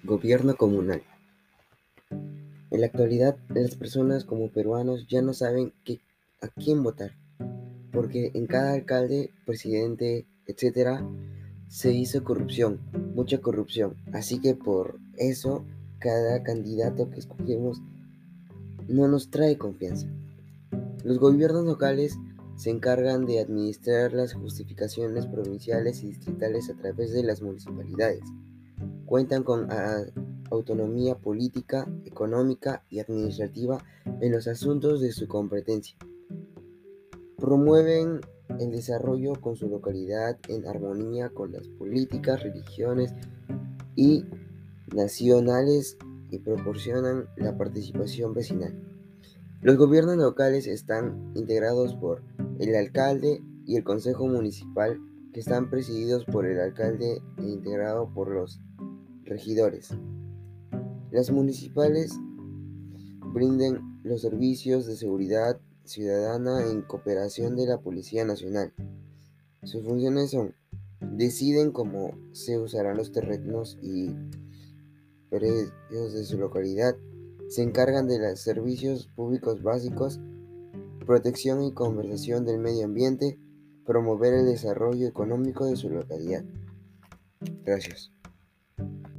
Gobierno comunal. En la actualidad, las personas como peruanos ya no saben a quién votar, porque en cada alcalde, presidente, etcétera, se hizo corrupción, mucha corrupción. Así que por eso, cada candidato que escogemos no nos trae confianza. Los gobiernos locales se encargan de administrar las justificaciones provinciales y distritales a través de las municipalidades. Cuentan con autonomía política, económica y administrativa en los asuntos de su competencia. Promueven el desarrollo con su localidad en armonía con las políticas, religiones y nacionales y proporcionan la participación vecinal. Los gobiernos locales están integrados por el alcalde y el consejo municipal, que están presididos por el alcalde e integrado por los regidores. Las municipales brindan los servicios de seguridad ciudadana en cooperación de la Policía Nacional. Sus funciones son: deciden cómo se usarán los terrenos y predios de su localidad, se encargan de los servicios públicos básicos, protección y conservación del medio ambiente, promover el desarrollo económico de su localidad. Gracias.